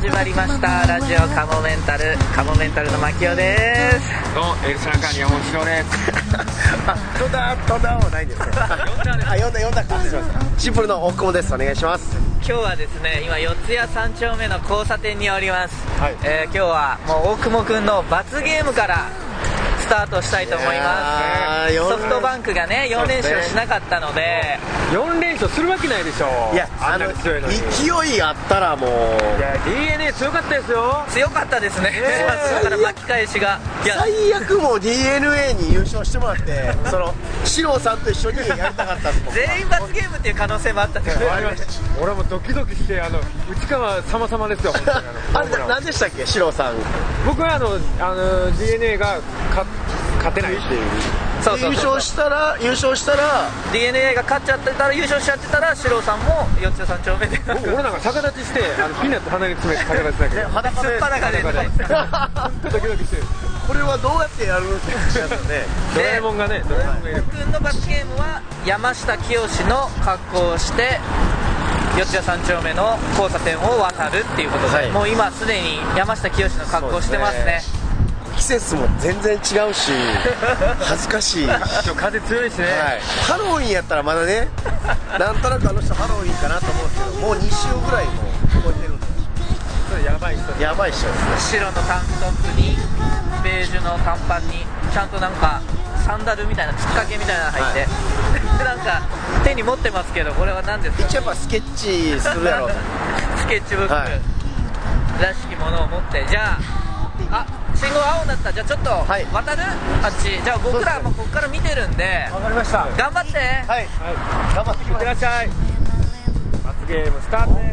始まりましたラジオカモメンタルの牧雄です。 どうもエルシャーカー山本翔です飛んだはないんですね。呼んだか。シンプルの大久保です。お願いします。 今日はですね、今四谷三丁目の交差点におります。 はい。 今日はもう大久保くんの罰ゲームからスタートしたいと思います。ソフトバンクがね4連勝しなかったので、 4連勝するわけないでしょ。 いや、 強いのに勢いあったらもう、 いや DNA 強かったですよ。 強かったですね。だから巻き返しが、いや最悪もう DNA に優勝してもらってその四郎さんと一緒にやりたかったんです。 全員罰ゲームっていう可能性もあったってことですね。 俺はもうドキドキして内川様々ですよ本当に。 あれ何でしたっけ、四郎さん。 僕はDNA が勝てないっていう。 そう優勝したら DNA が勝っちゃってたら、優勝しちゃってたら四郎さんも四谷三丁目で俺なんか逆立ちしてピーナッツ鼻に詰めて逆立ちだけど裸で裸でドキドキしてる。 これはどうやってやるってやつね。 ドラえもんがね、ドラえもんがいる。 僕の罰ゲームは山下清の格好をして四谷三丁目の交差点を渡るっていうことで、 はい、 もう今すでに山下清の格好をしてますね。 季節も全然違うし恥ずかしい。 今日風強いしね、 はい、ハロウィンやったらまだねなんとなくあの人ハロウィンかなと思うんですけど、もう2週ぐらいも超えてるんで、 それやばい人ですね。 白のタンクトップにベージュの短パンにちゃんとなんかサンダルみたいなつっかけみたいなの履いて、はい、なんか手に持ってますけど、これは何ですか。 一応やっぱスケッチするやろうとスケッチブックらしきものを持って、じゃあ信号青になった。じゃあちょっと渡る、あっち。じゃあ僕らもここから見てるんで、 わかりました。 頑張って。 はい、頑張ってきます。 いってらっしゃい。罰ゲームスタートです。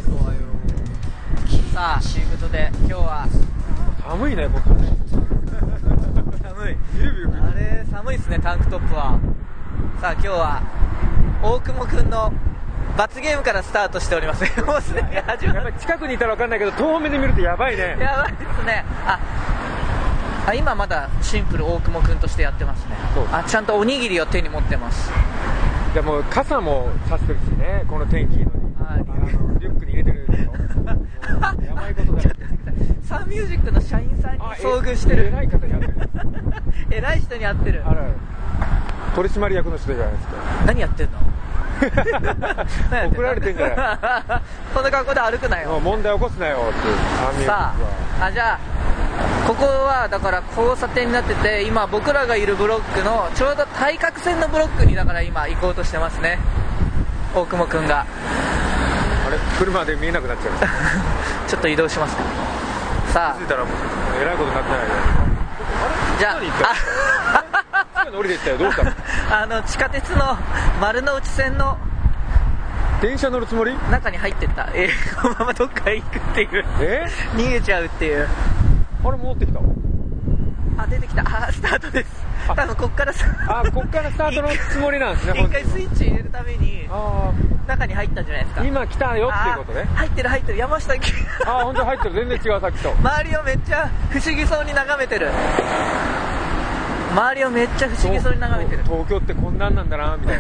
さあということで今日は寒いね、僕寒い。あれ寒いですね、タンクトップは。さあ今日は大久保くんの罰ゲームからスタートしております。もうすでに始まる。 やっぱり近くにいたら分かんないけど遠目で見るとやばいね。 やばいですね。今まだシンプル大久保くんとしてやってますね。ちゃんとおにぎりを手に持ってます。 でも傘も差してるしね、この天気いいのに。リュックに入れてるでしょやばいことだよ。 サンミュージックの社員さんに遭遇してる。 偉い方に会ってる偉い人に会ってる。 取締役の人じゃないですか。 何やってんの怒られてんじゃないこんな格好で歩くなよ、 問題起こすなよってさあ、じゃあここはだから交差点になってて、今僕らがいるブロックのちょうど対角線のブロックにだから今行こうとしてますね、大久保くんが。 あれ、車で見えなくなっちゃうちょっと移動しますか。さあ気づいたらもうえらいことになってないで。 じゃあ降りていったよ。どうしたの地下鉄の丸の内線の電車乗るつもり？ 中に入ってった。このままどっかへ行くっていう、逃げちゃうっていう。 あれ戻ってきた。 出てきた。スタートです。多分こっからこっからスタートのつもりなんですね。 一回スイッチ入れるために中に入ったんじゃないですか。 今来たよっていうことね。 入ってる山下本当入ってる。全然違う、さっきと。 周りをめっちゃ不思議そうに眺めてる。周りをめっちゃ不思議そうに眺めてる。 東京ってこんなんなんだなみたい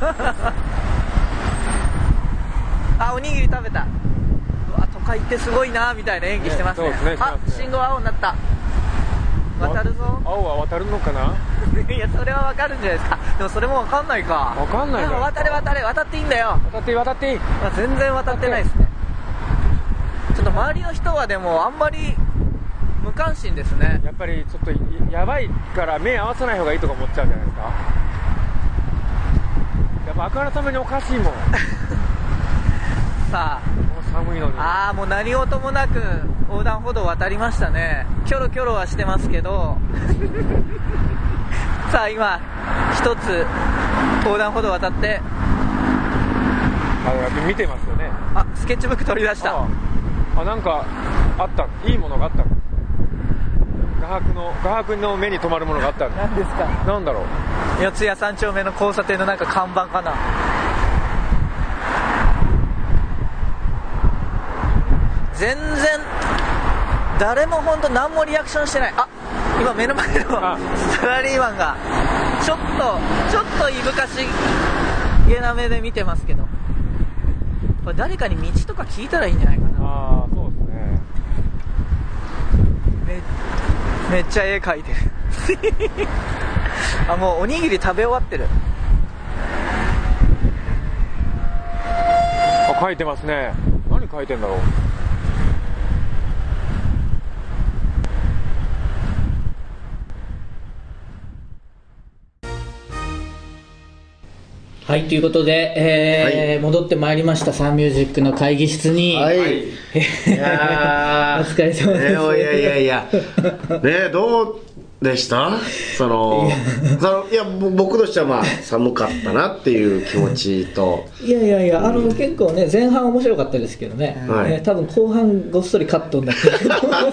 なおにぎり食べた。都会ってすごいなみたいな演技してますね。信号青になった。渡るぞ。 青は渡るのかないや、それは分かるんじゃないですか。でもそれも分かんないか。 分かんないな。 渡っていいんだよ。 渡っていい。 全然渡ってないですね。ちょっと周りの人はでもあんまり無関心ですね。 やっぱりちょっとやばいから目合わせない方がいいとか思っちゃうじゃないですか。やっぱあからさまにおかしいもんさあ、 もう寒いのに。 もう何事もなく横断歩道を渡りましたね。キョロキョロはしてますけどさあ今一つ横断歩道を渡って見てますよね。 スケッチブック取り出した。 なんかあった。いいものがあった。画伯の目に留まるものがあったんだ。 何ですか。 なんだろう。 四谷三丁目の交差点のなんか看板かな。全然誰も本当何もリアクションしてない。今目の前のサラリーマンがちょっといぶかしげな目で見てますけど、これ誰かに道とか聞いたらいいんじゃないかな。 そうですね。 めっちゃ絵描いてるあ、もうおにぎり食べ終わってる。 あ、描いてますね。何描いてんだろう。 はい、ということで、戻ってまいりましたサンミュージックの会議室に。 はい。いやお疲れ様です。 いやね、どうでした？いや僕としてはまあ寒かったなっていう気持ちと。 いや結構ね前半面白かったですけどね。多分後半ごっそりカットになってる。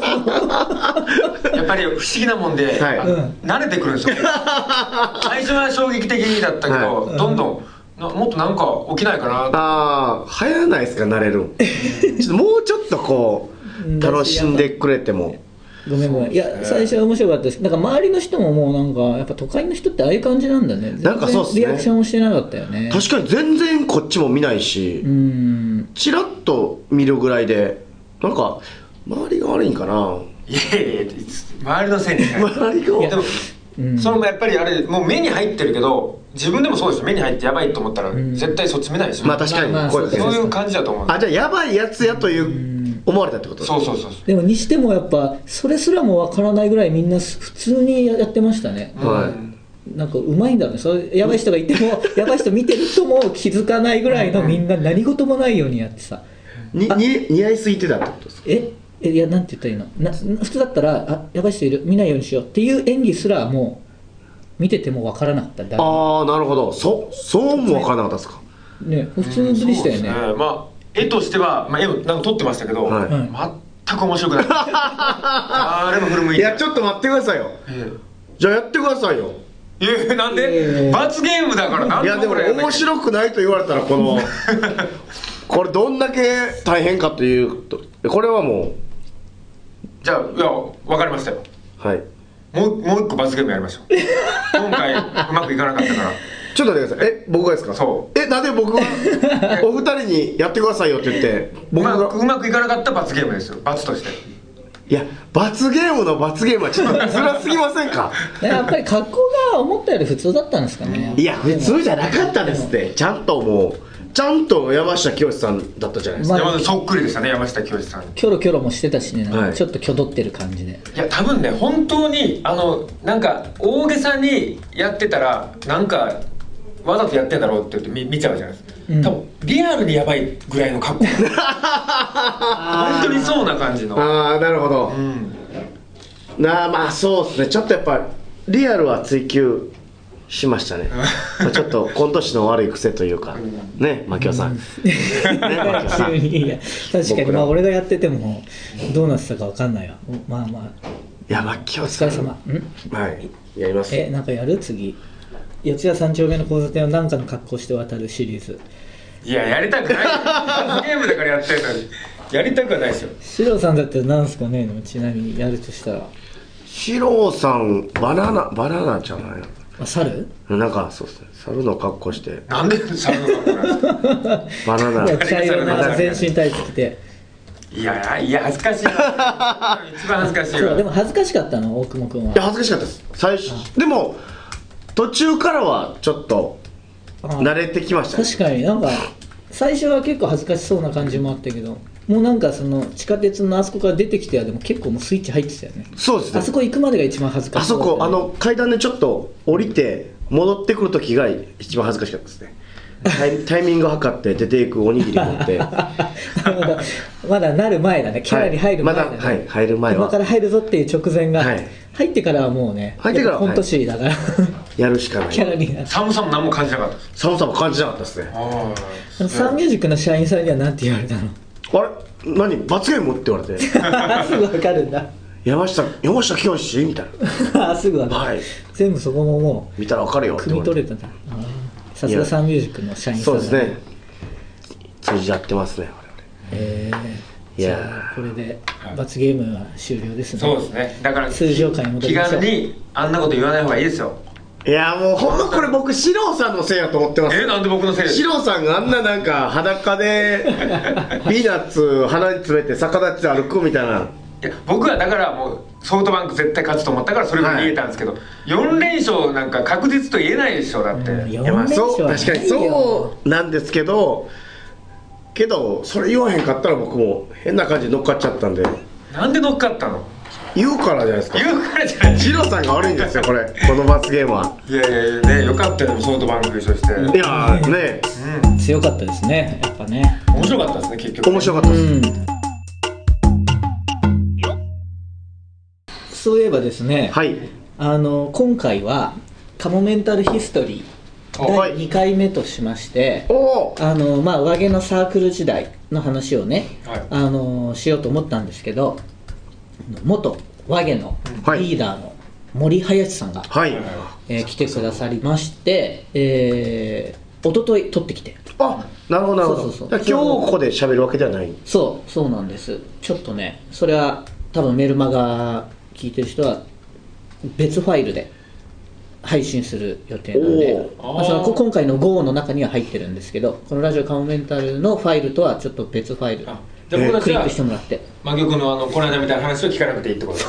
やっぱり不思議なもんで、慣れてくるんですよ。最初は衝撃的だったけど、どんどんもっとなんか起きないかな。 ああ、流行らないですか、慣れる。もうちょっとこう楽しんでくれても。 ごめん。いや、最初は面白かったです。なんか周りの人ももうなんかやっぱ都会の人ってああいう感じなんだね。 なんかそうっすね。 リアクションをしてなかったよね。 確かに全然こっちも見ないし、チラッと見るぐらいで、なんか周りが悪いんかな。 いや周りのせいにしない。 周りが。 でもそれもやっぱりあれもう目に入ってるけど、自分でもそうですよ。目に入ってやばいと思ったら絶対そっち見ないですよ。 まあ確かにそういう感じだと思う。 あ、じゃあやばいやつやという思われたってことですか？ そうでもにしてもやっぱそれすらもわからないぐらいみんな普通にやってましたね。なんかうまいんだね。そういうやばい人がいてもやばい人見てる人も気づかないぐらいの、みんな何事もないようにやってさ。 似合いすぎてたってことですか？ いや、なんて言ったらいいの。普通だったら、あ、やばい人いる、見ないようにしようっていう演技すらもう見てても分からなかった。 ああ、なるほど。そうも分からなかったですかね。普通でしたよね。 まあ絵としては、絵をなんか撮ってましたけど、全く面白くない。あれも古向いて。 いや、ちょっと待ってくださいよ。じゃあやってくださいよ。 なんで？罰ゲームだからなんで？ いやでも面白くないと言われたらこれどんだけ大変かというと、これはもう。 じゃあ、いや、分かりましたよ。 はい。 もう一個罰ゲームやりましょう。今回うまくいかなかったから。 ちょっと待ってください。僕がですか？ そう。 なんで僕がお二人にやってくださいよって言って僕がうまくいかなかった罰ゲームですよ。罰として。 いや、罰ゲームの罰ゲームはちょっと辛すぎませんか？ やっぱり格好が思ったより普通だったんですかね。 いや、普通じゃなかったですって。ちゃんと山下清さんだったじゃないですか。 そっくりでしたね、山下清さん。 キョロキョロもしてたしね、ちょっと挙動ってる感じで。 いや、多分ね、本当になんか大げさにやってたらなんかわざとやってんだろうって言って見ちゃうじゃないですか。多分リアルにやばいぐらいの格好。本当にそうな感じの。 ああ、なるほど。まあそうですね。ちょっとやっぱリアルは追求しましたね。ちょっと今年の悪い癖というかね、牧雄さん。 いや、確かに俺がやっててもどうなってたか分かんないわ。まあ。 いや、牧雄さん。 お疲れ様。 はい、やります。 なんかやる？次四谷三丁目の交差点を何かの格好して渡るシリーズ。 いや、やりたくない。ゲームだからやってるのにやりたくはないですよ。 シロさんだったら何すかね。ちなみにやるとしたら、 シロさんバナナじゃないの？ 猿？ なんかそうですね、猿の格好して。 なんで猿の格好なんですか？バナナ茶色の全身タイツ着て。 いや恥ずかしい。一番恥ずかしいわ。 でも恥ずかしかったの、大久保君は。 いや、恥ずかしかったです。最初でも途中からはちょっと慣れてきましたね。 確かになんか最初は結構恥ずかしそうな感じもあったけど、もうなんかその地下鉄のあそこから出てきてはでも結構もうスイッチ入ってたよね。 そうですね。 あそこ行くまでが一番恥ずかしかった、ね。 あそこ階段でちょっと降りて戻ってくる時が一番恥ずかしかったですね。タイミング測って出ていくおにぎり持ってまだなる前だね。キャラに入る前だね。 まだ、入る前は今から入るぞっていう直前が、入ってからはもうね、 入ってからは本年だからやるしかない。 キャラになって寒さも何も感じなかったです。 寒さも感じなかったですね。 サンミュージックの社員さんには何て言われたの？ あれ、何罰ゲームって言われてすぐ分かるんだ。 山下清みたいな。 すぐ分かる。全部そこももう見たら分かるよって汲み取れたんだ。さすがサンミュージックの社員さん。 そうですね、通じ合ってますね。 いや、これで罰ゲームは終了ですね。 そうですね。だから通常回に戻りましょう。 気軽にあんなこと言わない方がいいですよ。 いや、もうほんまこれ僕シロさんのせいやと思ってます。 なんで僕のせい？ シロさんがあんななんか裸でピーナッツ鼻に詰めて逆立ちで歩くみたいないや僕はだからもうソフトバンク絶対勝つと思ったからそれが見えたんですけど、4連勝なんか確実と言えないでしょだって、 4 いやまあそう確かにそうなんですけどそれ言わへんかったら僕も変な感じで乗っかっちゃったんで。 なんで乗っかったの？ 言うからじゃないですか。 言うからじゃない。 ジローさんが悪いんですよこの罰ゲームは。 いやね、よかったよソフトバンク優勝して。 いやね、 強かったですねやっぱね。 面白かったですね結局。 面白かったです。 そういえばですね、 はい、 今回はカモメンタルヒストリー第2回目としまして、和毛のサークル時代の話をね、しようと思ったんですけど、元和毛のリーダーの森林さんが、来てくださりまして、一昨日撮ってきて。 あ、なるほどなるほど。今日ここで喋るわけではない。 そうなんです。ちょっとねそれは多分メルマガ聞いてる人は別ファイルで配信する予定なので、今回の GO の中には入ってるんですけど、このラジオカモメンタルのファイルとはちょっと別ファイルクリックしてもらって、 真玉のこの間みたいな話を聞かなくていいってこと？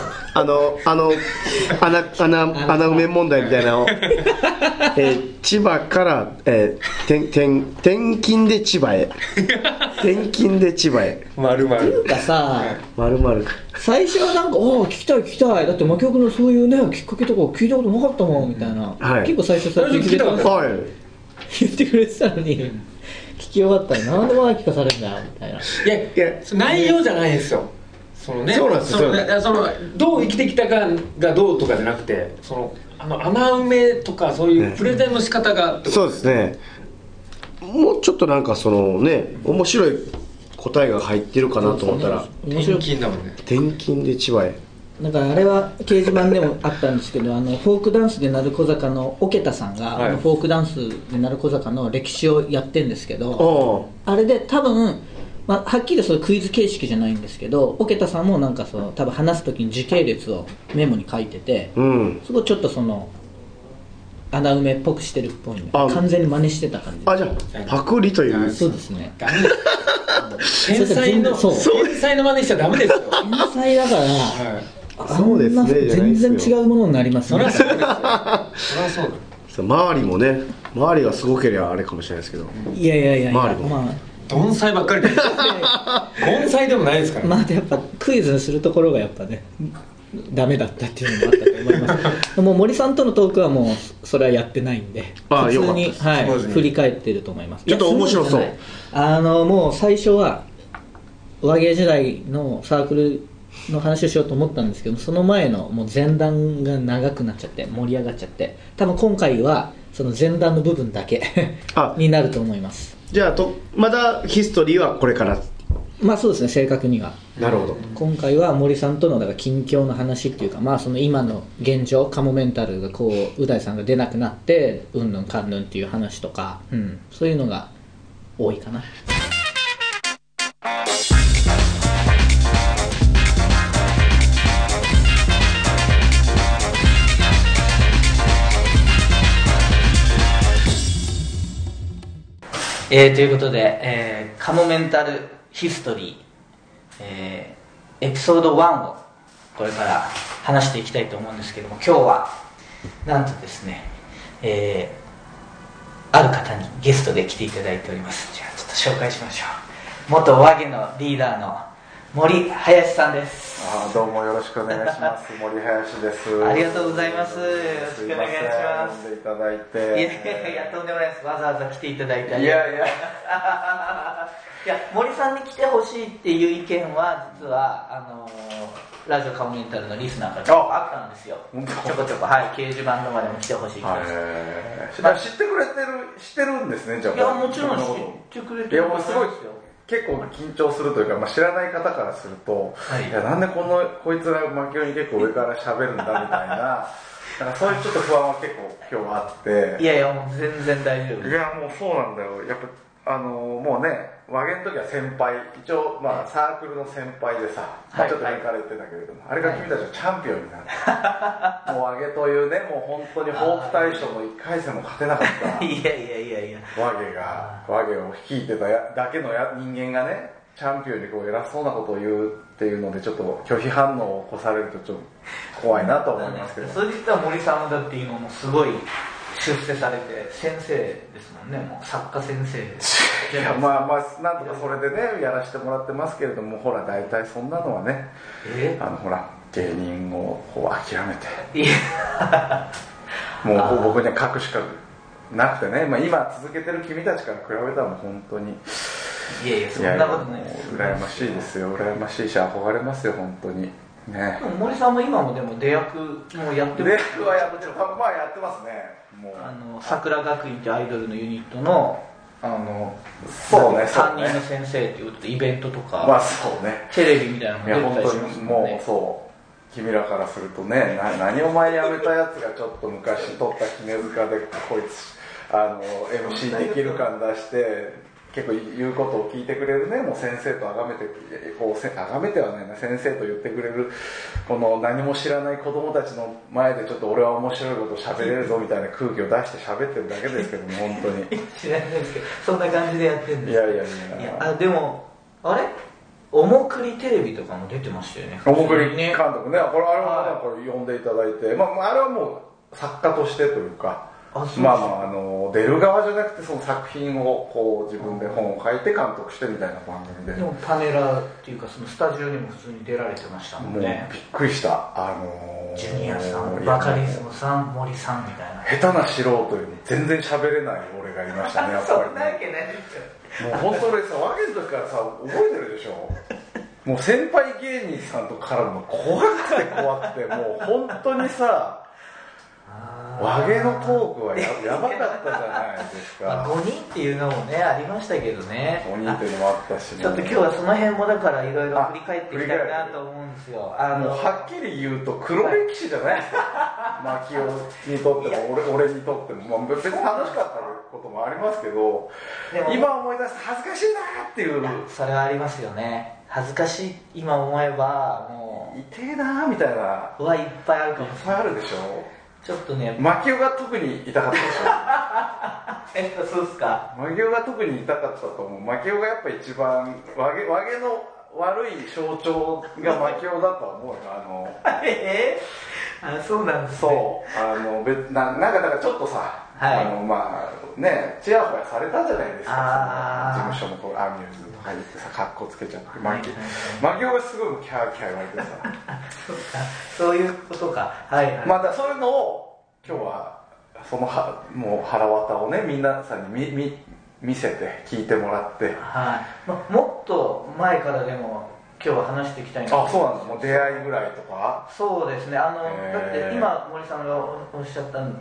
穴埋め問題みたいなのを千葉から転勤で千葉へ転勤で千葉へ丸々っていうかさ、 丸々 最初はなんか聞きたいだって真玉のそういうねきっかけとか聞いたことなかったもんみたいな、結構最初言ってくれてたのに聞き終わったら何でも聞かされるんだよみたいな。 いや内容じゃないんですよ。そうなんですよ。どう生きてきたかがどうとかじゃなくて、穴埋めとかそういうプレゼンの仕方が、 そうですね。もうちょっとなんか面白い答えが入ってるかなと思ったら、 転勤だもんね。 転勤で千葉へ。 だからあれは掲示板でもあったんですけど、フォークダンスで鳴子坂の桶田さんが、フォークダンスで鳴子坂の歴史をやってるんですけど、あれで多分、はっきりそういうクイズ形式じゃないんですけど、桶田さんもなんか多分話す時に時系列をメモに書いてて、すごいちょっと穴埋めっぽくしてるっぽいんで、完全に真似してた感じ。 じゃあパクリという。 そうですね。 天才の真似しちゃダメですよ。 天才だから、 そうですね、 全然違うものになりますね。 そりゃそうだ。 周りもね、周りがすごければあれかもしれないですけど、 いや周りも盆栽ばっかりで盆栽でもないですから、 やっぱクイズするところがやっぱねダメだったっていうのもあったと思いますもう森さんとのトークはもうそれはやってないんで、普通に、振り返ってると思います。 ちょっと面白そう。 もう最初は和芸時代のサークルの話をしようと思ったんですけど、その前のもう前段が長くなっちゃって盛り上がっちゃって、多分今回はその前段の部分だけになると思います。 じゃあまだヒストリーはこれから。 そうですね、正確には。 なるほど。 今回は森さんとのだから近況の話っていうか、その今の現状、カモメンタルがう大さんが出なくなってうんぬんかんぬんっていう話とか、そういうのが多いかな。ということで、カモメンタルヒストリー、エピソード1をこれから話していきたいと思うんですけども、今日はなんとですね、ある方にゲストで来ていただいております。じゃあちょっと紹介しましょう。元和毛のリーダーの森林さんです。 どうもよろしくお願いします。森林です。 ありがとうございます。よろしくお願いします。 呼んでいただいて。 いやとんでもないです。わざわざ来ていただいて。 いや森さんに来てほしいっていう意見は実はラジオカモメンタルのリスナーからあったんですよ。ちょこちょこ掲示板のまでも来てほしいです。 知ってるんですね。じゃあ。 いやもちろん知ってくれてる。 いやもうすごい結構緊張するというか、知らない方からすると、いやなんでこいつがマキオに結構上から喋るんだみたいな。そういうちょっと不安は結構今日はあって。 いやもう全然大丈夫。 いやもうそうなんだよ。やっぱもうね、和芸の時は先輩、一応サークルの先輩でさ、ちょっと上から言ってたけれども、あれが君たちのチャンピオンになる。もう和芸というね、もう本当にホープ大賞の1回戦も勝てなかったいや和芸を率いてただけの人間がね、チャンピオンに偉そうなことを言うっっていうのでちょっと拒否反応を起こされるとちょっと怖いなと思いますけど、 それで言ったら森さんはだって今もすごい出世されて先生ですもんね。もう作家先生いやまあなんとかそれでねやらせてもらってますけれども、ほら大体そんなのはね、ほら芸人をこう諦めてもう僕には書くしかなくてね、今続けてる君たちから比べたらもう本当にいやいやそんなことないです。 羨ましいですよ、羨ましいし憧れますよ本当にね。 でも森さんも今もでも出役もやってます。 出役はやってますね。もう桜学院ってアイドルのユニットのそうね担任の先生っていうことでイベントとか、 そうね、 テレビみたいなのいやも出てたりし本当にますもんね。 もうそう君らからするとね、何お前辞めたやつがちょっと昔撮った杵塚でこいつMC できる感出して結構言うことを聞いてくれるね、もう先生と崇めて崇めてはないな、先生と言ってくれるこの何も知らない子供たちの前でちょっと俺は面白いことを喋れるぞみたいな空気を出して喋ってるだけですけども本当に知らないですけどそんな感じでやってるんです。 いやでもあれおもくりテレビとかも出てましたよね。 おもくり監督ね、あれはこれ呼んでいただいて、あれはもう作家としてというか、出る側じゃなくてその作品をこう自分で本を書いて監督してみたいな番組で。 でもパネラーっていうかそのスタジオにも普通に出られてましたもんね。 もうびっくりした。 ジュニアさん、バカリズムさん、森さんみたいな。 下手な素人より全然喋れない俺がいましたね、やっぱり、ね。 そんなわけないですよ。 もう本当俺さ、和芸の時からさ、覚えてるでしょ。もう先輩芸人さんと絡むの怖くて怖くて、もう本当にさ、和芸のトークは やばかったじゃないですか。 5人っていうのもね、ありましたけどね。 5人っていうのもあったし、 ちょっと今日はその辺もだからいろいろ振り返っていきたいなと思うんですよ。 もうはっきり言うと黒歴史じゃないですよ。牧雄にとっても俺にとっても、別に楽しかったこともありますけど、今思い出すと恥ずかしいなっていう。 それはありますよね。恥ずかしい今思えばもう痛えなみたいな。 いっぱいあるかも。 いっぱいあるでしょ。 ちょっとね、 牧雄が特に痛かったでしょ。 そうっすか。 牧雄が特に痛かったと思う。牧雄がやっぱ一番和芸の悪い象徴が牧雄だと思うよ。 そうなんですね。 そうなんかだからちょっとさ、ちやほやされたじゃないですか。事務所のアミューズとか言ってさ、格好つけちゃって牧雄がすごいキャーキャー言われてさそういうことか。 またそういうのを今日はそのもう腹渡をね皆さんに見せて聞いてもらって、 もっと前からでも今日は話していきたいんですけど。 そうなんだ。もう出会いぐらいとか。 そうですね。だって今森さんがおっしゃったのって、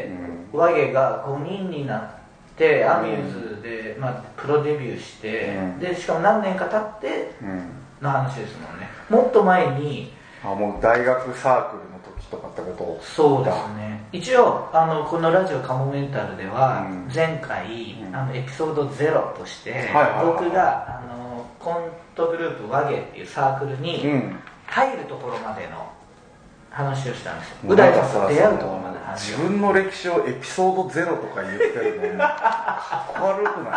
和芸が5人になってアミューズでプロデビューして、でしかも何年か経っての話ですもんね。もっと前にもう大学サークルの時とかってこと。 そうですね。一応このラジオカモメンタルでは前回エピソード0として僕がコントグループ和芸っていうサークルに入るところまでの話をしたんですよ。う大さんと出会うところまでの話。 自分の歴史をエピソード0とか言ってるのかっこ悪く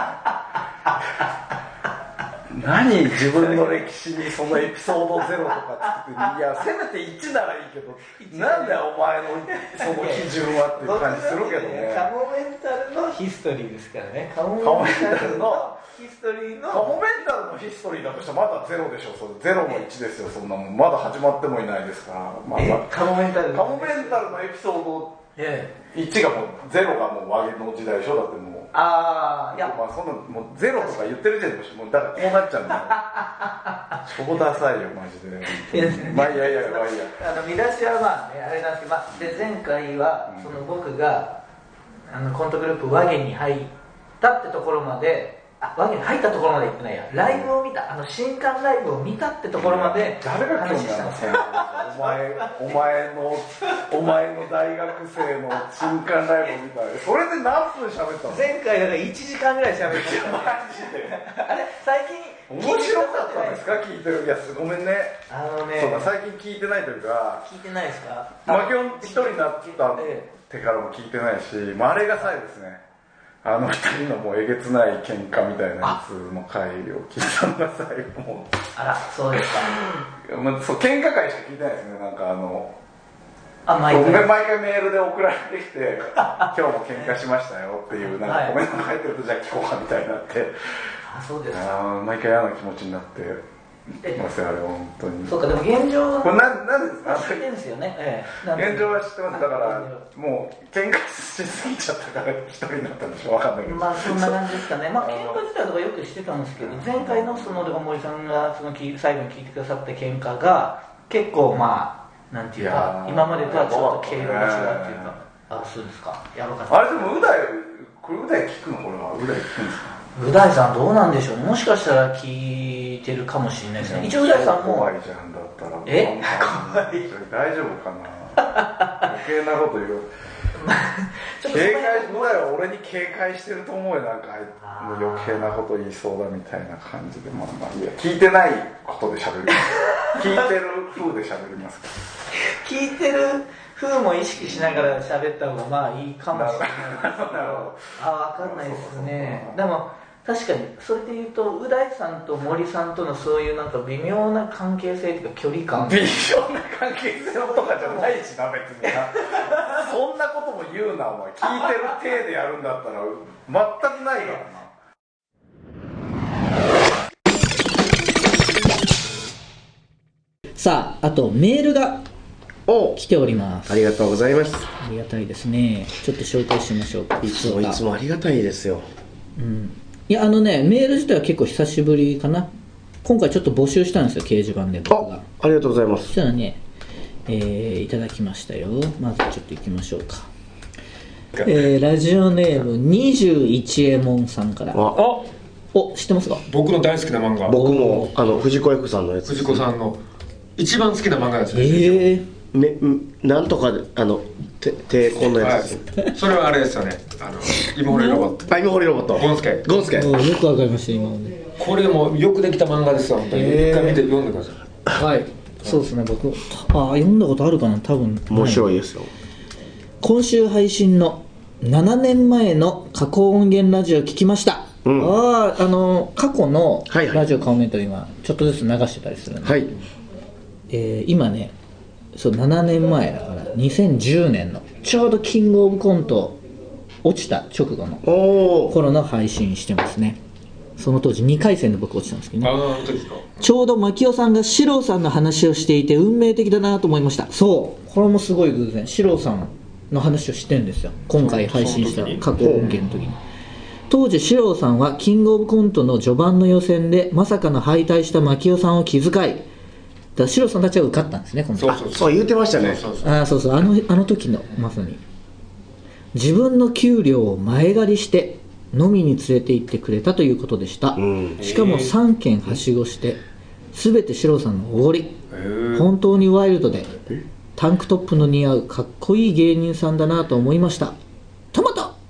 ない何自分の歴史にそのエピソード0とかつっていやせめて1ならいいけどなんでお前のその基準はっていう感じするけどね。 カモメンタルのヒストリーですからね。カモメンタルのヒストリーのカモメンタルのヒストリーだとしたらまだ0でしょ。0も1ですよ。そんなもんまだ始まってもいないですから。 カモメンタルのエピソード1がもう0がもう和芸の時代でしょ。だってもういやそんなもう0とか言ってる時点でもうだからこうなっちゃうんだよ。超ダサいよマジで。いや見出しはあれなんですけど、で前回はその僕がコントグループ和芸に入ったってところまで。和芸に入ったところまで行ってないや。ライブを見た、新刊ライブを見たってところまで誰が興味あるの？お前の大学生の新刊ライブを見た。それで何分喋ったの？ 前回だから1時間ぐらい喋ってた。マジで。あれ最近面白かったですか？聞いてる。いやごめんね。そうだ最近聞いてないというか。 聞いてないですか？ マキオン一人になった手からも聞いてないし、あれが最後ですね。 2人のもうえげつない喧嘩みたいなやつの回を聞いたのが最後もあら、そうですか。 そう喧嘩会しか聞いてないですね。なんか毎回メールで送られてきて今日も喧嘩しましたよっていうなんかコメントが入ってると、じゃあ聞こうかみたいになって、 そうですか。 毎回嫌な気持ちになってますよ、あれ本当に。 そうか、でも現状これなんですか？ 知ってるんですよね。 現状は知ってます。だからもう喧嘩しすぎちゃったから一人になったんでしょ、わかんないけど。 そんな感じですかね。喧嘩自体とかよくしてたんですけど、前回の森さんが最後に聞いてくださった喧嘩が結構なんていうか、今までとはちょっと毛色が違うっていうか。そうですか。やばかった。 あれでもう大聞くの？これはう大聞くんですか？ う大さんどうなんでしょう。もしかしたら聞いてるかもしれないですね。一応う大さんも怖いじゃん。だったら怖い大丈夫かな。余計なこと言う。警戒う大は俺に警戒してると思うよ。なんかもう余計なこと言いそうだみたいな感じで、いや聞いてないことで喋る。聞いてる風で喋りますから。 聞いてる風も意識しながら喋った方がいいかもしれないですけど、分かんないですね。でも確かにそれで言うとう大さんと森さんとのそういうなんか微妙な関係性というか距離感、 微妙な関係性とかじゃないしな、別にな。そんなことも言うな、お前。聞いてる体でやるんだったら全くないからな。 さあ、あとメールが来ております。 ありがとうございます。 ありがたいですね。ちょっと紹介しましょうか。 いつもありがたいですよ。 いやメール自体は結構久しぶりかな。今回ちょっと募集したんですよ、掲示板で僕が。 ありがとうございます。 そしたらね、いただきましたよ。まずちょっと行きましょうか。ラジオネーム21エモンさんから。知ってますか？ 僕の大好きな漫画。 僕も藤子 F さんのやつ。 藤子さんの一番好きな漫画ですね。 なんとか抵抗のやつです。それはあれですよね。芋掘りロボット。 芋掘りロボット。 ゴンスケ。 よくわかりました今まで。 これもよくできた漫画ですよ。本当に一回見て読んでください。 はい。そうですね。僕読んだことあるかな、多分。 面白いですよ。 今週配信の7年前の加工音源ラジオ聞きました。過去のラジオカモメンタリーはちょっとずつ流してたりするんで、今ね、7年前だから2010年のちょうどキングオブコント落ちた直後の頃の配信してますね。その当時2回戦で僕落ちたんですけどね。ちょうど牧雄さんが四郎さんの話をしていて運命的だなと思いました。これもすごい偶然、四郎さんの話をしてるんですよ、今回配信した過去音源の時に。当時四郎さんはキングオブコントの序盤の予選でまさかの敗退した牧雄さんを気遣い、だ四郎さんたちは受かったんですね、この時。 そう言ってましたね。 あの時のまさに自分の給料を前借りして飲みに連れて行ってくれたということでした。しかも3軒はしごして全て四郎さんのおごり。本当にワイルドでタンクトップの似合うかっこいい芸人さんだなと思いました。トマト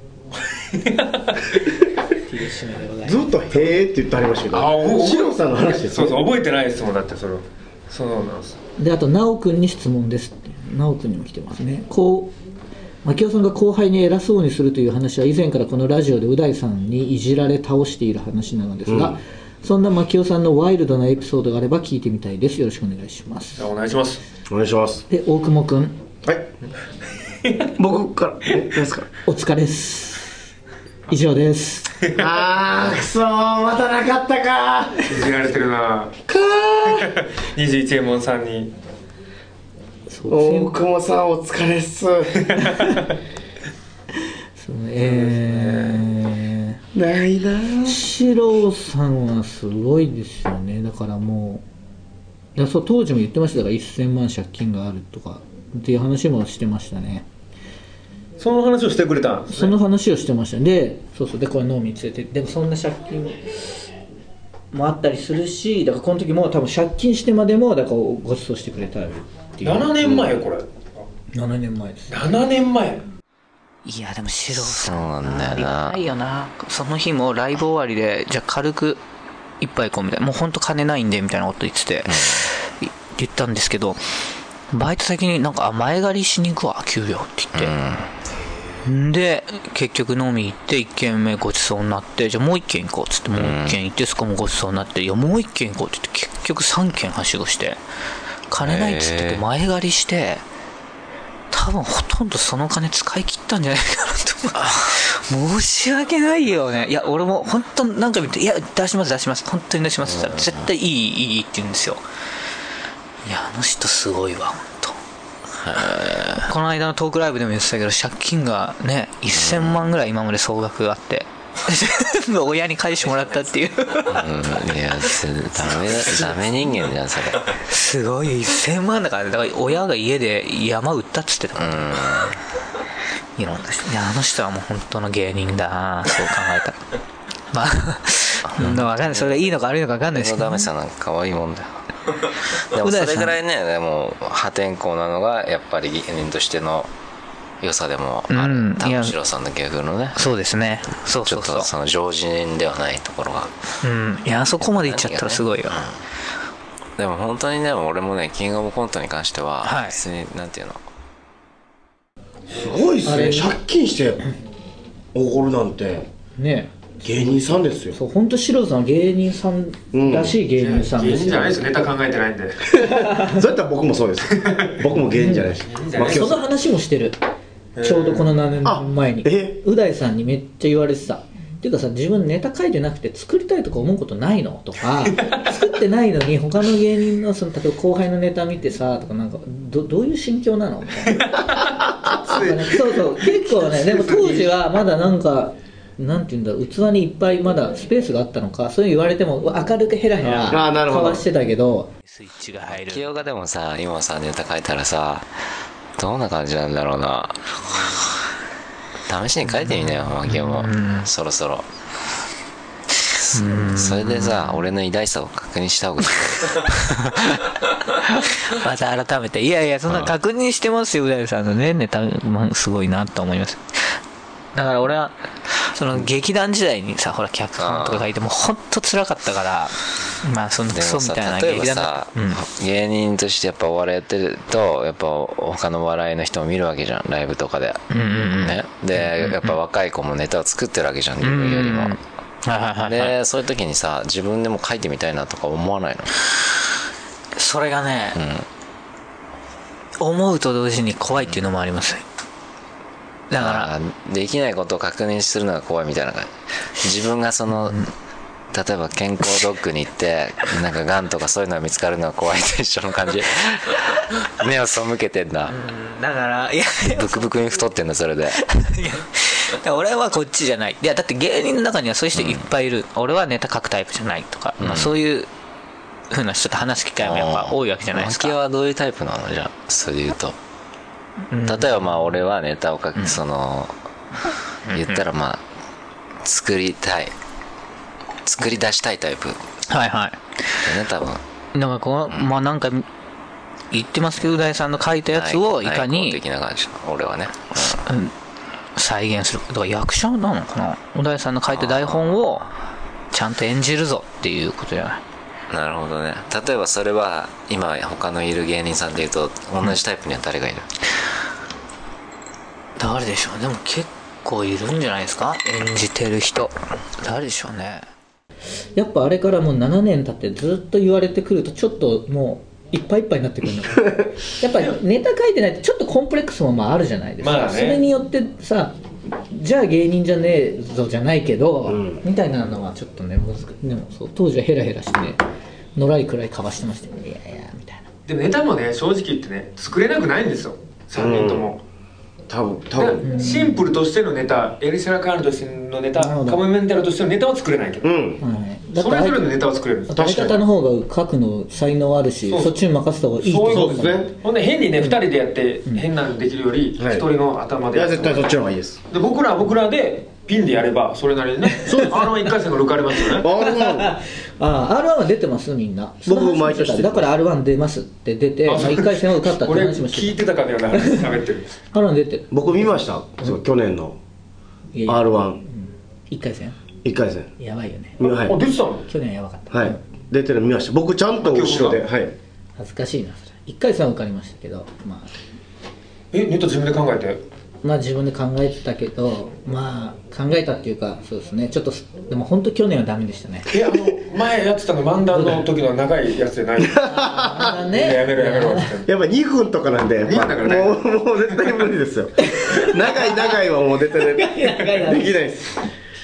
ずっと「へーって言ってありましたけど、四郎さんの話ですよ。そう覚えてないですもん。だってそうなんです。 で、あと直くんに質問ですって。直くんにも来てますね。牧雄さんが後輩に偉そうにするという話は以前からこのラジオでう大さんにいじられ倒している話なのですが、そんな牧雄さんのワイルドなエピソードがあれば聞いてみたいです。よろしくお願いします。 お願いします。 お願いします。 で、大久保くん。 はい。僕から何ですか？ お疲れです。以上です。 くそー、またなかったかー。 いじられてるな21エモンさんに。 大久保さんお疲れっす。ないな。 四郎さんはすごいですよね。だからもう当時も言ってましたから、1000万借金があるとかっていう話もしてましたね。 その話をしてくれたんですね。 その話をしてました。で、でこれ飲みに連れて、でもそんな借金もあったりするし、だからこの時も多分借金してまでもだからご馳走してくれたっていう。 7年前これ。 7年前です。 7年前。 いやでも四郎さんなんだよな。ないよな。その日もライブ終わりでじゃあ軽く一杯行こうみたいな、もう本当金ないんでみたいなこと言ってて、言ったんですけど、バイト先になんか前借りしに行くわ給料って言って。 で結局飲み行って1軒目ごちそうになって、じゃあもう1軒行こうっつってもう1軒行って、そこもごちそうになって、いやもう1軒行こうって言って結局3軒はしごして、金ないっつって前借りして、多分ほとんどその金使い切ったんじゃないかなと申し訳ないよね。いや俺も本当なんか見て、いや出します本当に出しますって言ったら絶対いいって言うんですよ。いやあの人すごいわ本当。この間のトークライブでも言ってたけど、借金がね1000万ぐらい今まで総額があって全部親に返してもらったっていういやダメ人間じゃんそれ。 すごい1000万だからね。だから親が家で山売ったっつってたから、いろんな人。いやあの人はもう本当の芸人だな、そう考えたらまあ分かんない、それがいいのか悪いのか分かんないですけど、 ダメさなんか可愛いもんだよでもそれぐらいね、でも破天荒なのがやっぱり芸人としての良さでもある、田代さんの芸風のね。 そうですね、そうちょっとその常人ではないところが、 いやあそこまでいっちゃったらすごいよ、 でも本当にね、俺もねキングオブコントに関しては別になんていうの、 すごいっすね、借金しておごるなんてね。 芸人さんですよ。 そう本当素人さん芸人さんらしい芸人さんですよ。 芸人じゃないですよ、ネタ考えてないんでそうやったら僕もそうです僕も芸人じゃないし、 その話もしてる。ちょうどこの何年前にう大さんにめっちゃ言われてた。っていうかさ、自分ネタ書いてなくて作りたいとか思うことないのとか作ってないのに他の芸人のその例えば後輩のネタ見てさとか、なんかどういう心境なのみたいなそうそう結構ね。でも当時はまだなんかなんていうんだ、器にいっぱいまだスペースがあったのか、そういう言われても明るくヘラヘラかわしてたけど、 スイッチが入る。 清がでもさ、今さネタ書いたらさどんな感じなんだろうな。試しに書いてみなよマキオも、そろそろそれでさ俺の偉大さを確認した方がいいまた改めて、いやいやそんな確認してますよう大さんのねネタ、すごいなと思います。だから俺はその劇団時代にさ、ほら脚本とか書いてもほんと辛かったから、まあそんなクソみたいな劇団だ。芸人としてやっぱお笑いやってるとやっぱ他の笑いの人も見るわけじゃん、ライブとかで、ね、でやっぱ若い子もネタを作ってるわけじゃん、自分よりも。でそういう時にさ自分でも書いてみたいなとか思わないの？ それがね、思うと同時に怖いっていうのもあります。だからできないことを確認するのが怖いみたいな感じ。自分がその、例えば健康ドックに行ってなんかがんとかそういうのが見つかるのが怖いと一緒の感じ目を背けてんだ。 だからいやブクブクに太ってんだそれで。 いや俺はこっちじゃない。いやだって芸人の中にはそういう人いっぱいいる、俺はネタ書くタイプじゃないとか、そういう風な人と話す機会もやっぱ多いわけじゃないですか。 マキはどういうタイプなの？じゃあそれで言うと、例えばまあ俺はネタを書く、その言ったらまあ作り出したいタイプ。 はいはい。 ね多分。 だからこう、まあなんか言ってますけど、う大さんの書いたやつをいかに的な感じ。俺はね。 再現する。だから役者なのかな。う大さんの書いた台本をちゃんと演じるぞっていうことじゃない。 なるほどね。例えばそれは今他のいる芸人さんでいうと同じタイプには誰がいる？ 誰でしょう。でも結構いるんじゃないですか、演じてる人。誰でしょうね。 やっぱあれからもう7年経ってずっと言われてくるとちょっともういっぱいいっぱいになってくるのやっぱりネタ書いてないとちょっとコンプレックスもまああるじゃないですか、 まあね、 それによってさ、じゃあ芸人じゃねえぞじゃないけど、みたいなのはちょっとね難しい。でもそう当時はヘラヘラしてのらいくらいかわしてましたよね。いやいやみたいな。 でもネタもね正直言ってね作れなくないんですよ3人とも、 多分シンプルとしてのネタ、エルシャラカールとしてのネタ、カモメンタルとしてのネタは作れないけど、 はい、 それぞれのネタは作れるんです。 相方の方が書くの才能あるし、そっちに任せた方がいいと思う。 そうですね。ほんで変にね2人でやって変なのできるより1人の頭でやる。 いや絶対そっちの方がいいです。 で僕らでピンでやればそれなりにね。R11 回戦が抜かれますよね。 R1 は出てますみんな。 僕毎年だから R1 出ますって出て、1回戦は受かったって話もして俺聞いてたかのような話喋ってる。 R1 出てる。 僕見ました。去年の R1 1回戦やばいよね。 はい。 出てたの？ 去年はやばかった。 はい。出てるの見ました。僕ちゃんと後ろで、はい。 恥ずかしいなそれ。1回戦は受かりましたけど、まあネタ自分で考えて。 まあ自分で考えてたけど、まあ考えたっていうか、そうですね、ちょっとでも本当去年はダメでしたね。 前やってたの漫談の時の長いやつじゃないね、やめろやっぱ2分とかなんで、 2分だからね、 もう絶対無理ですよ長いはもう絶対できないです。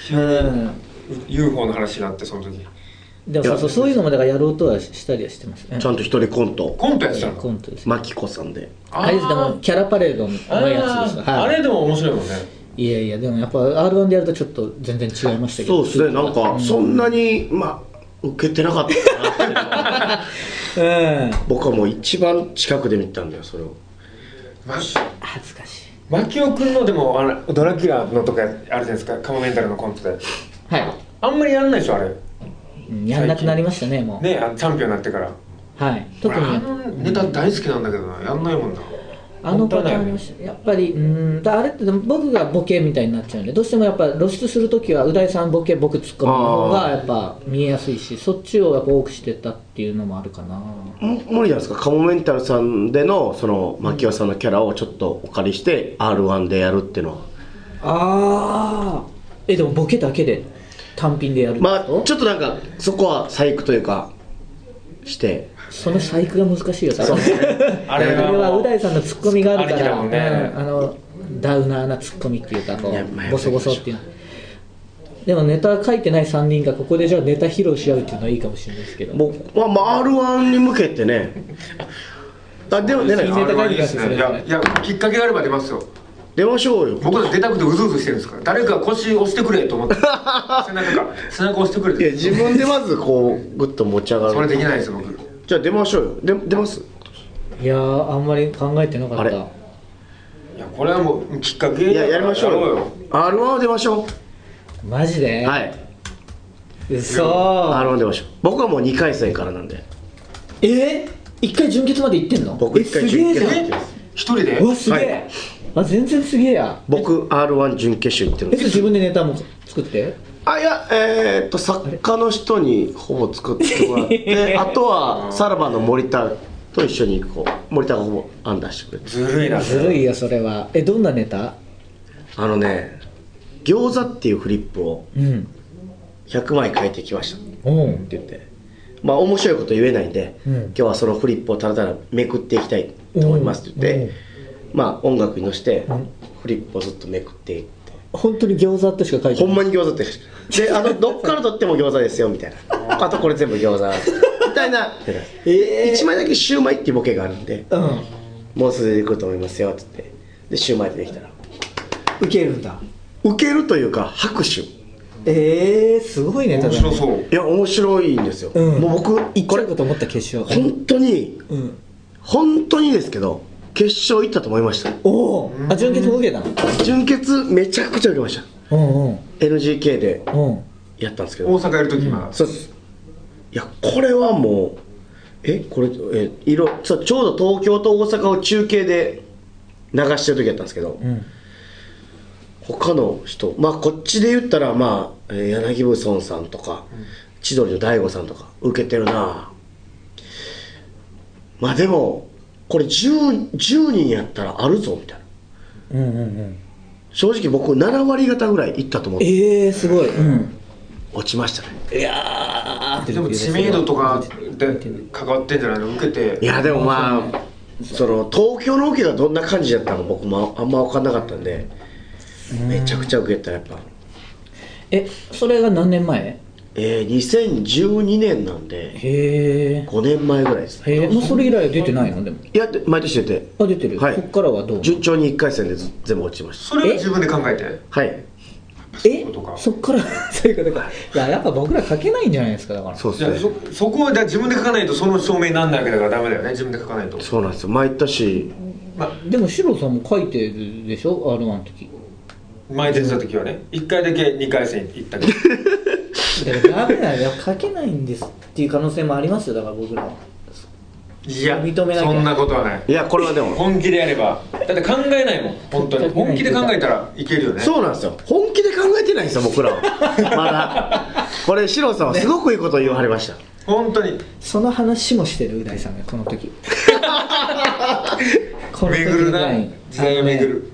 UFO の話になって、その時でもそういうのもだからやろうとはしたりはしてますね。 ちゃんと一人コントやってたの。 コントです。 マキコさんで、 あれでもキャラパレードのやつです。 あれでも面白いもんね。 いやでもやっぱ R1 でやるとちょっと全然違いましたけど。 そうですね、なんかそんなに受けてなかったかなって僕はもう一番近くで見たんだよ、それを。 恥ずかしい。 牧尾君のでもドラキュラのとかあるじゃないですか、カモメンタルのコントで。はい。あんまりやんないでしょ、あれ。 やんなくなりましたね、もう。 ね、チャンピオンになってから。 はい。特にネタ大好きなんだけどな、やんないもんな。 パターンありました。やっぱりあれって僕がボケみたいになっちゃうんで、どうしてもやっぱ露出するときはう大さんボケ僕ツッコミの方がやっぱ見えやすいし、そっちをやっぱ多くしてたっていうのもあるかな。 無理じゃないですか。カモメンタルさんでのその牧尾さんのキャラをちょっとお借りして R1 でやるっていうのは。 でもボケだけで単品でやるってこと？ちょっとなんかそこは細工というかして。 その細工が難しいよ。あれはう大さんのツッコミがあるから、ダウナーなツッコミっていうかこうボソボソっていう。でもネタ書いてない3人がここでじゃあネタ披露し合うっていうのはいいかもしれないですけど。 R1 に向けてね。でも出ない。 いやきっかけがあれば出ますよ。 出ましょうよ。 僕は出たくてうずうずしてるんですから。誰か腰押してくれと思って背中押してくれって。 いや自分でまずこうグッと持ち上がる。 それできないです僕。 じゃあ出ましょうよ。出ます？ いやあんまり考えてなかった。いやこれはもうきっかけ。 やりましょうよ。R1 は出ましょう。マジで？ はい。 嘘。 R1 出ましょう。僕はもう2回戦からなんで。 1回準決まで行ってんの？ 僕1回準決勝。 一人で？ うわすげえ。全然すげえや。 僕 R1 準決勝行ってるんです。 自分でネタも作って？ いや作家の人にほぼ作ってもらってあとはさらばの森田と一緒に森田がほぼ案出してくれて。 ずるいな。 ずるいよそれは。どんなネタ？ 餃子っていうフリップを100枚書いてきましたって言って、面白いこと言えないんで、今日はそのフリップをただただめくっていきたいと思いますって言って、音楽に乗せてフリップをずっとめくっていって、 本当に餃子ってしか書いてない。 ほんまに餃子ってでどっから取っても餃子ですよみたいなあとこれ全部餃子みたいな1枚だけシューマイっていうボケがあるんで、もうすぐ出てくると思いますよって言って、でシューマイでできたらウケるんだ。 ウケるというか拍手。 すごいネタだね。 面白そう。 いや面白いんですよ。 もう僕行っちゃうかと思った。決勝本当にですけど決勝行ったと思いました。 準決も受けたの？ 準決めちゃくちゃ受けました。NGK でやったんですけど、 大阪やるときはそうです。いやこれはもうこれちょうど東京と大阪を中継で流してる時やったんですけど、他の人こっちで言ったら柳ブソンさんとか、千鳥の大悟さんとか受けてるな。でもこれ 10人やったらあるぞみたいな。正直僕7割方ぐらいいったと思って。 すごい。 落ちましたね。 いやでも知名度とかで関わってんじゃないの？受けて。 いやでもその東京の受けがどんな感じだったのか僕もあんま分かんなかったんで、めちゃくちゃ受けた。やっぱそれが何年前 ？2012年なんで5年前ぐらいですね。 もうそれ以来出てないの？でもいや毎年出て。 出てる。こっからはどう？ 順調に1回戦で全部落ちました。 それは自分で考えて？ はい。 そっからそういうことか。やっぱ僕ら書けないんじゃないですか。だからそうですね。 そこは自分で書かないとその証明にならないわけだからダメだよね。自分で書かないと。 そうなんですよ。毎年でもシロさんも書いてるでしょ R1 の時。 前出てた時はね、1回だけ2回戦行ったけどだからダメだよ。書けないんですっていう可能性もありますよ。だから僕らは。 いや認めなきゃ。 そんなことはない。 いやこれはでも本気でやれば、だって考えないもん。本当に本気で考えたらいけるよね。 そうなんですよ。本気で考えてないんですよ僕らはまだ。これシロさんはすごくいいことを言わはりました。 本当にその話もしてるう大さんがこの時巡るな、時代が巡る。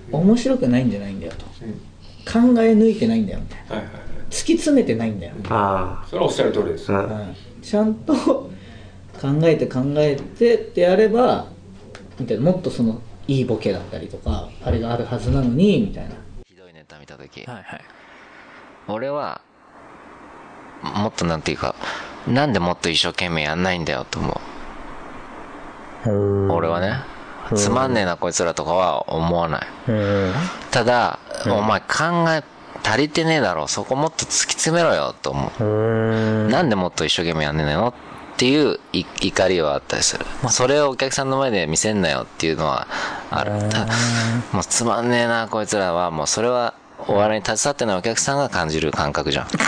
面白くないんじゃないんだよと、考え抜いてないんだよみたいな、突き詰めてないんだよ、 それはおっしゃる通りです、 ちゃんと考えてってやればみたいな、もっとそのいいボケだったりとかあれがあるはずなのにみたいな。 ひどいネタ見た時、俺はもっとなんていうか、なんでもっと一生懸命やんないんだよと思う。俺はね、つまんねえなこいつらとかは思わない。ただ、お前足りてねえだろ、そこもっと突き詰めろよと思う。なんでもっと一生懸命やんねえのっていう怒りはあったりする。それをお客さんの前で見せんなよっていうのはある。もうつまんねえなこいつらは、もうそれはお笑いに携わってないお客さんが感じる感覚じゃん。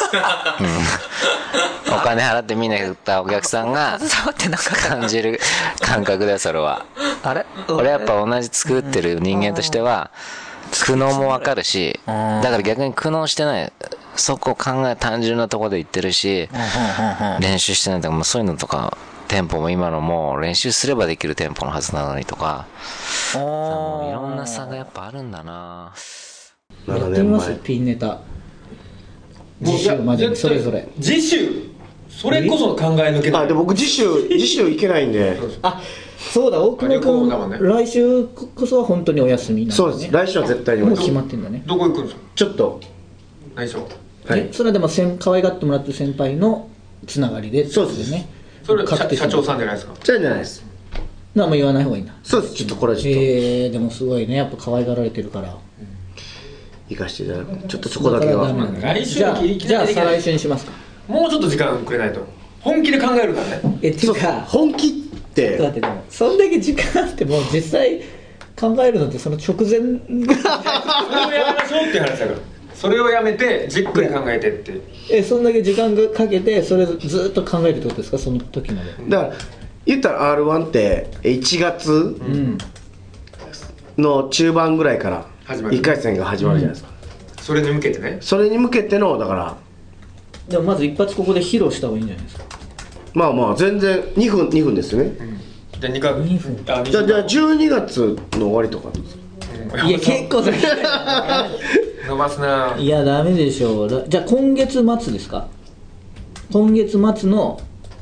お金払って見に来たお客さんが感じる感覚だよ、それは。俺やっぱ同じ作ってる人間としては苦悩もわかるし、だから逆に苦悩してない、そこ考え単純なところで言ってるし、練習してないとか、もうそういうのとか、テンポも今のも練習すればできるテンポのはずなのにとか、もういろんな差がやっぱあるんだな。 やってみます？ピンネタ次週までにそれぞれ。 次週それこそ考え抜けない。 で僕次週行けないんで。 そうだ、大久保君、来週こそは本当にお休みなんだね。 そうです、来週は絶対にもう決まってんだね。 どこ行くんですか？ ちょっと内緒。 それはでも可愛がってもらってる先輩のつながりで。 そうですね。 それ社長さんじゃないですか？ じゃないです。 もう言わない方がいいんだ。 そうです、ちょっとこれはちょっとでもすごいね、やっぱ可愛がられてるから行かしていただく。ちょっとそこだけは来週じゃあ再来週にしますか。 もうちょっと時間くれないと。本気で考えるからね。 ていうか本気ってだってでもそんだけ時間あっても実際考えるのってその直前それをやめましょうっていう話だから。それをやめてじっくり考えてって。 そんだけ時間かけてそれずっと考えるってことですか、その時まで。 だから言ったら R1 って1月の中盤ぐらいから1回戦が始まるじゃないですか、 それに向けてね。 それに向けてのだから、 でもまず一発ここで披露した方がいいんじゃないですか。 まあ全然2分ですよね、 じゃあ2分じゃあ12月の終わりとかいや結構それ伸ばすな。 いやダメでしょう。じゃあ今月末ですか。今月末の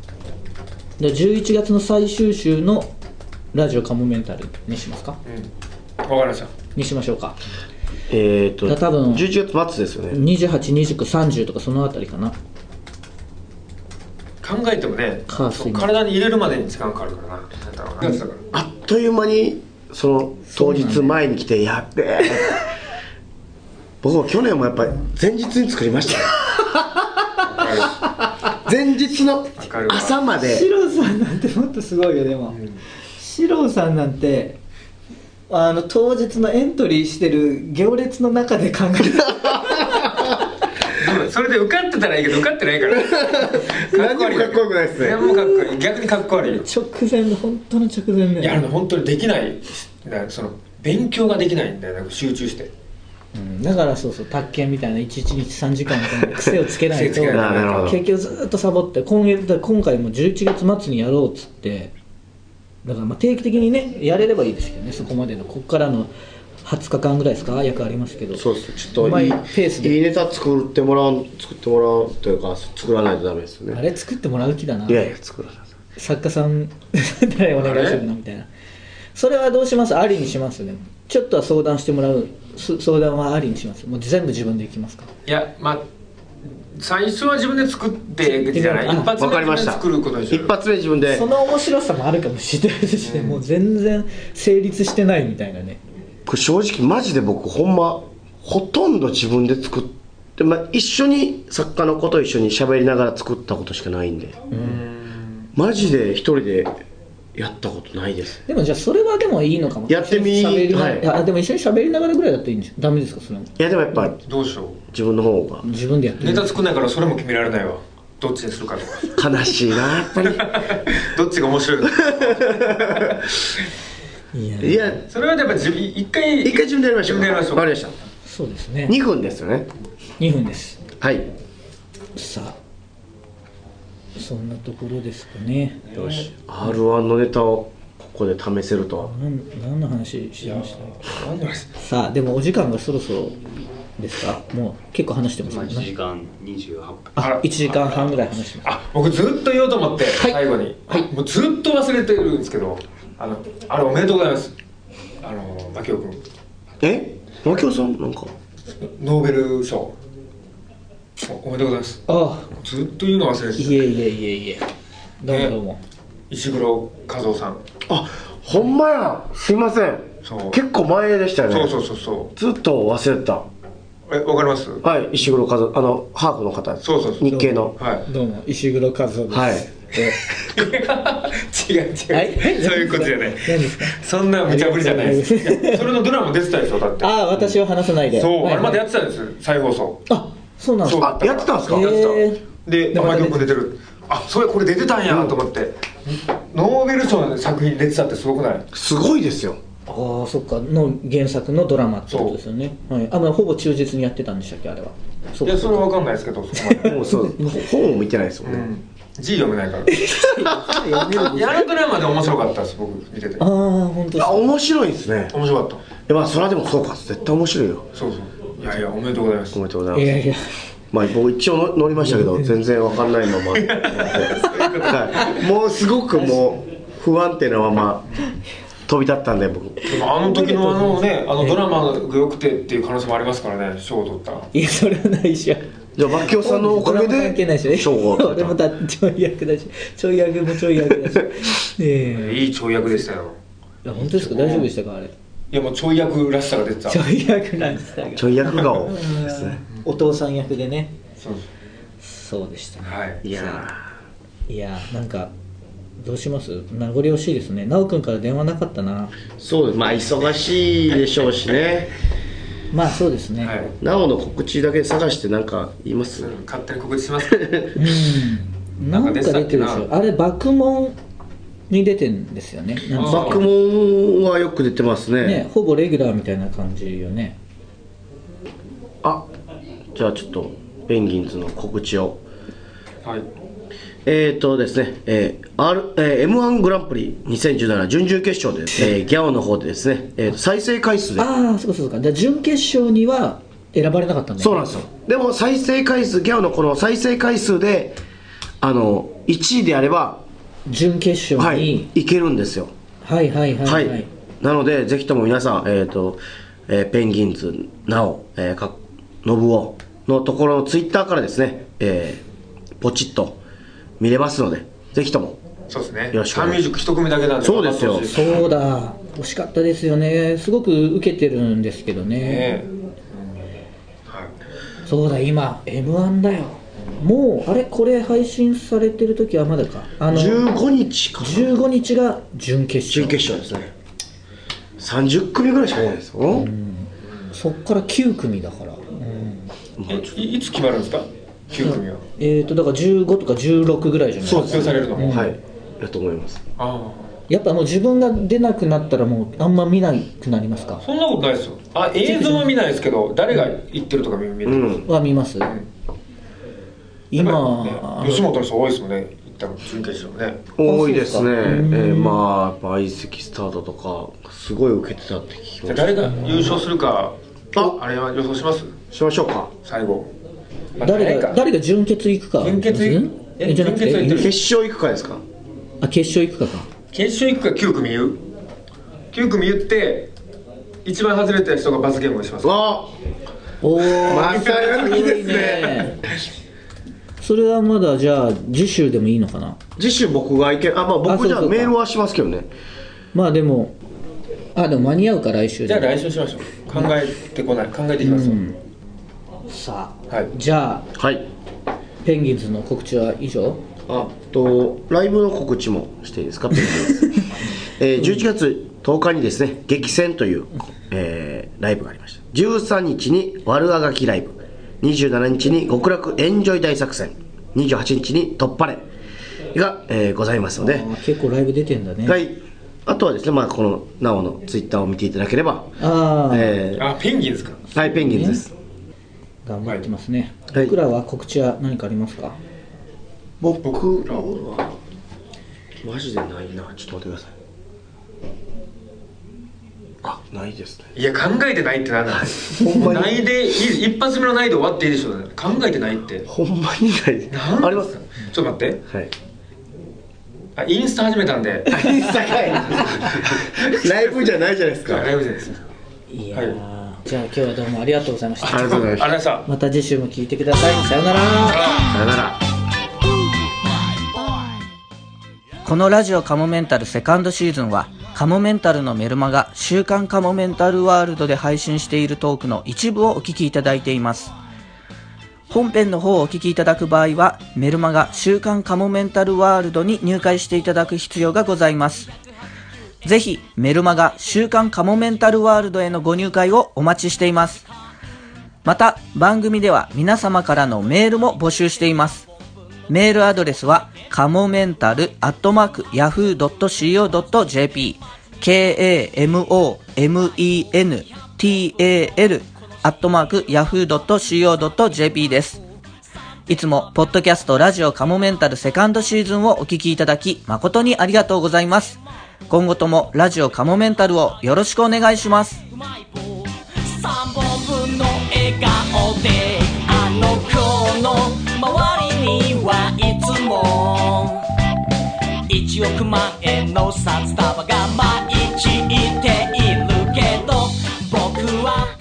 11月の最終週のラジオカモメンタルにしますか。 わかりました。 にしましょうか。 多分11月末ですよね。 28、29、30とかそのあたりかな。 考えてもね、体に入れるまでに時間かかるからな。 あっという間にその当日前に来てやっべえ僕も去年もやっぱり前日に作りましたよ前日の朝まで。 シローさんなんてもっとすごいよ。でも、シローさんなんて当日のエントリーしてる行列の中で考えてそれで受かってたらいいけど受かってないから何もかっこよくないですね。 何もかっこいい、逆にかっこ悪いよ。 直前で本当の直前で、 いや本当にできない。その勉強ができないんだよ、集中して、 だからそう宅建みたいな1日3時間みたいな癖をつけないと結局ずっとサボって、今回も11月末にやろうっつって、だから定期的にねやれればいいですけどね。そこまでのこっからの20日間ぐらいですか、約ありますけど。 そうです。ちょっといいペースでいいネタ作ってもらうというか、作らないとダメですよね。あれ作ってもらう気だな。 いや作らない。 作家さん誰お願いしようなみたいな。それはどうします？ありにしますね。ちょっとは相談してもらう。相談はありにします。もう全部自分でいきますか。 いや最初は自分で作ってじゃない。一発目自分で作ることでしょ。 一発目自分で。 その面白さもあるかもしれないですね。もう全然成立してないみたいなね。 これ正直マジで僕ほんまほとんど自分で作って、一緒に作家の子と一緒に喋りながら作ったことしかないんで、マジで一人でやったことないです。 でもじゃあそれはでもいいのかも。 やってみはい。でも一緒に喋りながらぐらいだったらいいんですよ。ダメですかそれも。 いやでもやっぱどうしよう。 自分の方が自分でやってネタ作んないからそれも決められないわ。どっちにするかとか。 悲しいなやっぱり。 どっちが面白いのか。 いやそれはやっぱ一回自分でやりましょう。わかりました。 そうですね。 2分ですよね。 2分です。 はい。 さあそんなところですかね。 よし。R1 のネタをここで試せるとは。 何の話してました？ 何の話？ さあでもお時間がそろそろですか？もう結構話してますよね。 1時間28分。 1時間半ぐらい話してます。 僕ずっと言おうと思って、最後に、もうずっと忘れてるんですけど、あれおめでとうございます。牧雄君。 牧雄さんなんかノーベル賞おめでとうございます。ずっと言うの忘れてた。 いえどうもどうも。 石黒和夫さん。 ほんまや、すいません。結構前でしたよね。 そうずっと忘れてた。 わかります？ はい、石黒和夫、ハーフの方。 そう日系の。 どうも石黒和夫です。 はい。 違うそういうことじゃない。 何ですか？ そんな無茶ぶりじゃないです。それのドラマ出てたでしょ、だって。 私は話さないで。 そう、あれまでやってたんです、再放送。 そうなんですか。 やってたんですか？ やってた。で、牧雄君出てる。これ出てたんやと思って。ノーベル賞の作品出てたってすごくない？ すごいですよ。 そっか、の原作のドラマってことですよね。ほぼ忠実にやってたんでしたっけ、あれは。 いや、それは分かんないですけど、そこまで。 もう本を見てないですもんね。 字読めないから。やるドラマで面白かったです、僕見てて。 本当ですか。 面白いですね。 面白かった。 それはでもそうか、絶対面白いよ。 そういやおめでとうございます。 おめでとうございます。僕一応乗りましたけど全然わかんないままもうすごくもう不安定なまま飛び立ったんで僕。 でもあの時のドラマが良くてっていう可能性もありますからね、賞を取ったら。 いや、それはないし。 じゃあ牧雄さんのおかげで賞を取った。 俺もちょい役だし、ちょい役もちょい役だし。 いいちょい役でしたよ。 本当ですか？大丈夫でしたか、あれ。 いや、もうちょい役らしさが出てた。 ちょい役らしさが。 ちょい役顔ですね。 お父さん役でね。 そうでしたね。 いやなんかどうします？名残惜しいですね。直くんから電話なかったな。 そうです。忙しいでしょうしね。 そうですね。 直の告知だけ探してなんか言います？ 勝手に告知します。 なんか出てるでしょ。あれ爆問に出てるんですよね。 爆問はよく出てますね。 ほぼレギュラーみたいな感じよね。 じゃあちょっとペンギンズの告知を。ですね、M1 グランプリ2017準々決勝で、ギャオの方でですね、再生回数で。 そうか。じゃあ準決勝には選ばれなかったんだよね。 そうなんですよ。でも再生回数、ギャオのこの再生回数で1位であれば準決勝に、 いけるんですよ。なのでぜひとも皆さん、ペンギンズなおのぶおのところのツイッターからですね、ポチッと見れますので、ぜひともそうですね。 よろしくお願いします。 サンミュージック一組だけなんで。 そうですよ。 そうだ、惜しかったですよね。すごく受けてるんですけどね。そうだ、今 M1 だよ。もうこれ配信されてる時はまだか。 15日か。 15日が準決勝。 準決勝ですね。30組ぐらいしかいないですよ。 そっから9組だから。 いつ決まるんですか？9組は。 だから15とか16ぐらいじゃないですか。 発表されるのも。 だと思います。 やっぱもう自分が出なくなったらもうあんま見なくなりますか？ そんなことないですよ。映像は見ないですけど、誰が言ってるとか見ます。 見ます。今吉本の人多いですもんね。行った準決勝ね。 多いですね。やっぱ相席スタートとかすごい受けてたって聞きました。 誰が優勝するか、あれは予想します？ しましょうか。 最後。 誰が準決行くか。 準決じゃなくて決勝行くかですか？ 決勝行くかか。 決勝行くか9組言う？9組言って一番外れた人が罰ゲームをします。 またやる気ですね。 それはまだじゃあ次週でもいいのかな？ 次週僕が行け僕じゃあメールはしますけどね。 でも間に合うか来週で。 じゃあ来週しましょう。考えてきます。 さあ、じゃあペンギンズの告知は以上？ ライブの告知もしていいですか？ペンギンズ11月10日にですね、激戦という、ライブがありました。13日に悪あがきライブ、27日に極楽エンジョイ大作戦、28日に突破レが、ございますので。 結構ライブ出てんだね。 あとはですね、このなおのツイッターを見ていただければ。 ペンギンズか。 ペンギンズです。 頑張ってますね。僕らは告知は何かありますか？ 僕らはマジでないな。ちょっと待ってください。 あ、ないですね。 いや考えてないってなんだほんまにないで一発目のないで終わっていいでしょ。考えてないってほんまにないなんあります。 ちょっと待って、 はい。 あ、インスタ始めたんでインスタかいライブじゃないじゃないですか。 ライブじゃないです。 いやー、じゃあ今日はどうもありがとうございました。 ありがとうございました。 ありがとうございました。 また次週も聞いてください。さよなら。 さよなら。 このラジオカモメンタルセカンドシーズンはカモメンタルのメルマガ週刊カモメンタルワールドで配信しているトークの一部をお聞きいただいています。本編の方をお聞きいただく場合はメルマガ週刊カモメンタルワールドに入会していただく必要がございます。ぜひメルマガ週刊カモメンタルワールドへのご入会をお待ちしています。また番組では皆様からのメールも募集しています。メールアドレスはカモメンタル@yahoo.co.jp kamomental@yahoo.co.jp です。いつもポッドキャストラジオカモメンタルセカンドシーズンをお聞きいただき誠にありがとうございます。今後ともラジオカモメンタルをよろしくお願いします。 3本分の笑顔であの子の周りにはいつも1億万円の札束が毎日いているけど僕は